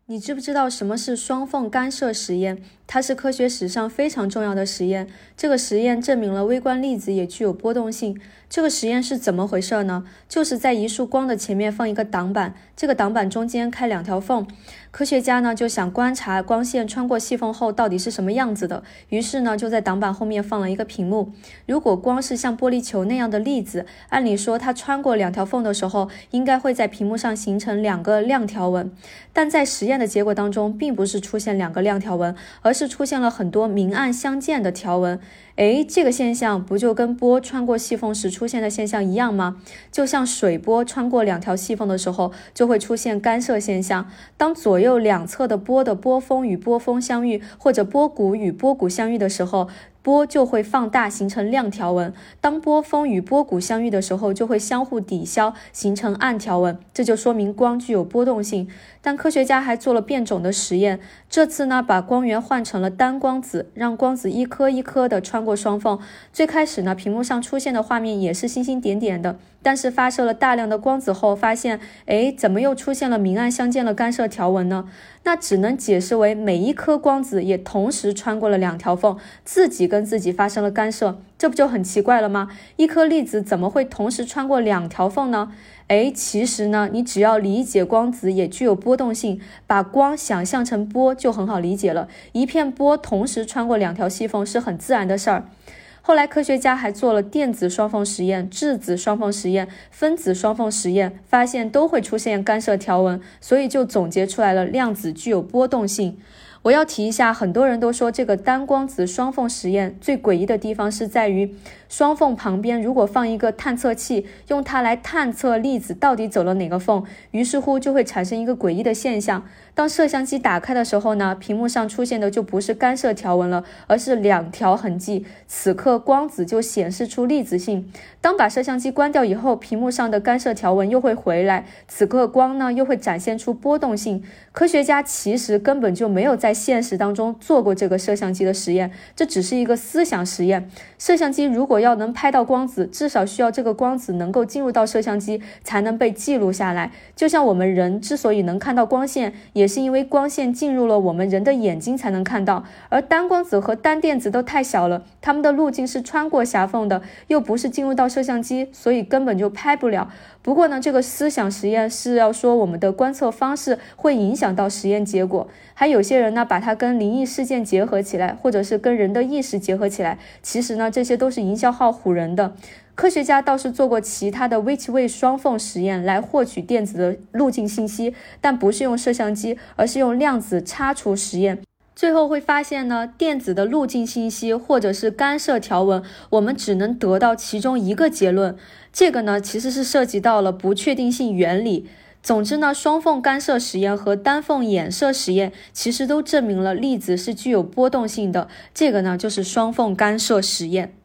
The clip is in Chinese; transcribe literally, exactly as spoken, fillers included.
你知不知道什么是双缝干涉实验？它是科学史上非常重要的实验。这个实验证明了微观粒子也具有波动性。这个实验是怎么回事呢？就是在一束光的前面放一个挡板，这个挡板中间开两条缝。科学家呢就想观察光线穿过细缝后到底是什么样子的，于是呢就在挡板后面放了一个屏幕。如果光是像玻璃球那样的粒子，按理说它穿过两条缝的时候，应该会在屏幕上形成两个亮条纹。但在实验的结果当中，并不是出现两个亮条纹，而是出现了很多明暗相间的条纹。诶，这个现象不就跟波穿过细缝时出现的现象一样吗？就像水波穿过两条细缝的时候，就会出现干涉现象。当左右两侧的波的波峰与波峰相遇，或者波谷与波谷相遇的时候，波就会放大形成亮条纹。当波峰与波谷相遇的时候，就会相互抵消形成暗条纹，这就说明光具有波动性。但科学家还做了变种的实验，这次呢把光源换成了单光子，让光子一颗一颗的穿过双缝。最开始呢屏幕上出现的画面也是星星点点的，但是发射了大量的光子后发现，诶，怎么又出现了明暗相间的干涉条纹呢？那只能解释为每一颗光子也同时穿过了两条缝，自己跟自己发生了干涉，这不就很奇怪了吗？一颗粒子怎么会同时穿过两条缝呢？诶，其实呢，你只要理解光子也具有波动性，把光想象成波就很好理解了。一片波同时穿过两条细缝是很自然的事儿。后来科学家还做了电子双缝实验、质子双缝实验、分子双缝实验，发现都会出现干涉条纹，所以就总结出来了量子具有波动性。我要提一下，很多人都说这个单光子双缝实验最诡异的地方是在于，双缝旁边如果放一个探测器，用它来探测粒子到底走了哪个缝，于是乎就会产生一个诡异的现象。当摄像机打开的时候呢，屏幕上出现的就不是干涉条纹了，而是两条痕迹，此刻光子就显示出粒子性。当把摄像机关掉以后，屏幕上的干涉条纹又会回来，此刻光呢又会展现出波动性。科学家其实根本就没有在现实当中做过这个摄像机的实验，这只是一个思想实验。摄像机如果要能拍到光子，至少需要这个光子能够进入到摄像机才能被记录下来。就像我们人之所以能看到光线，也是因为光线进入了我们人的眼睛才能看到。而单光子和单电子都太小了，它们的路径是穿过狭缝的，又不是进入到摄像机，所以根本就拍不了。不过呢，这个思想实验是要说我们的观测方式会影响到实验结果。还有些人呢把它跟灵异事件结合起来，或者是跟人的意识结合起来，其实呢这些都是营销号唬人的。科学家倒是做过其他的微气位双缝实验来获取电子的路径信息，但不是用摄像机，而是用量子差除实验。最后会发现呢，电子的路径信息或者是干涉条纹，我们只能得到其中一个结论。这个呢其实是涉及到了不确定性原理。总之呢，双缝干涉实验和单缝衍射实验其实都证明了粒子是具有波动性的，这个呢就是双缝干涉实验。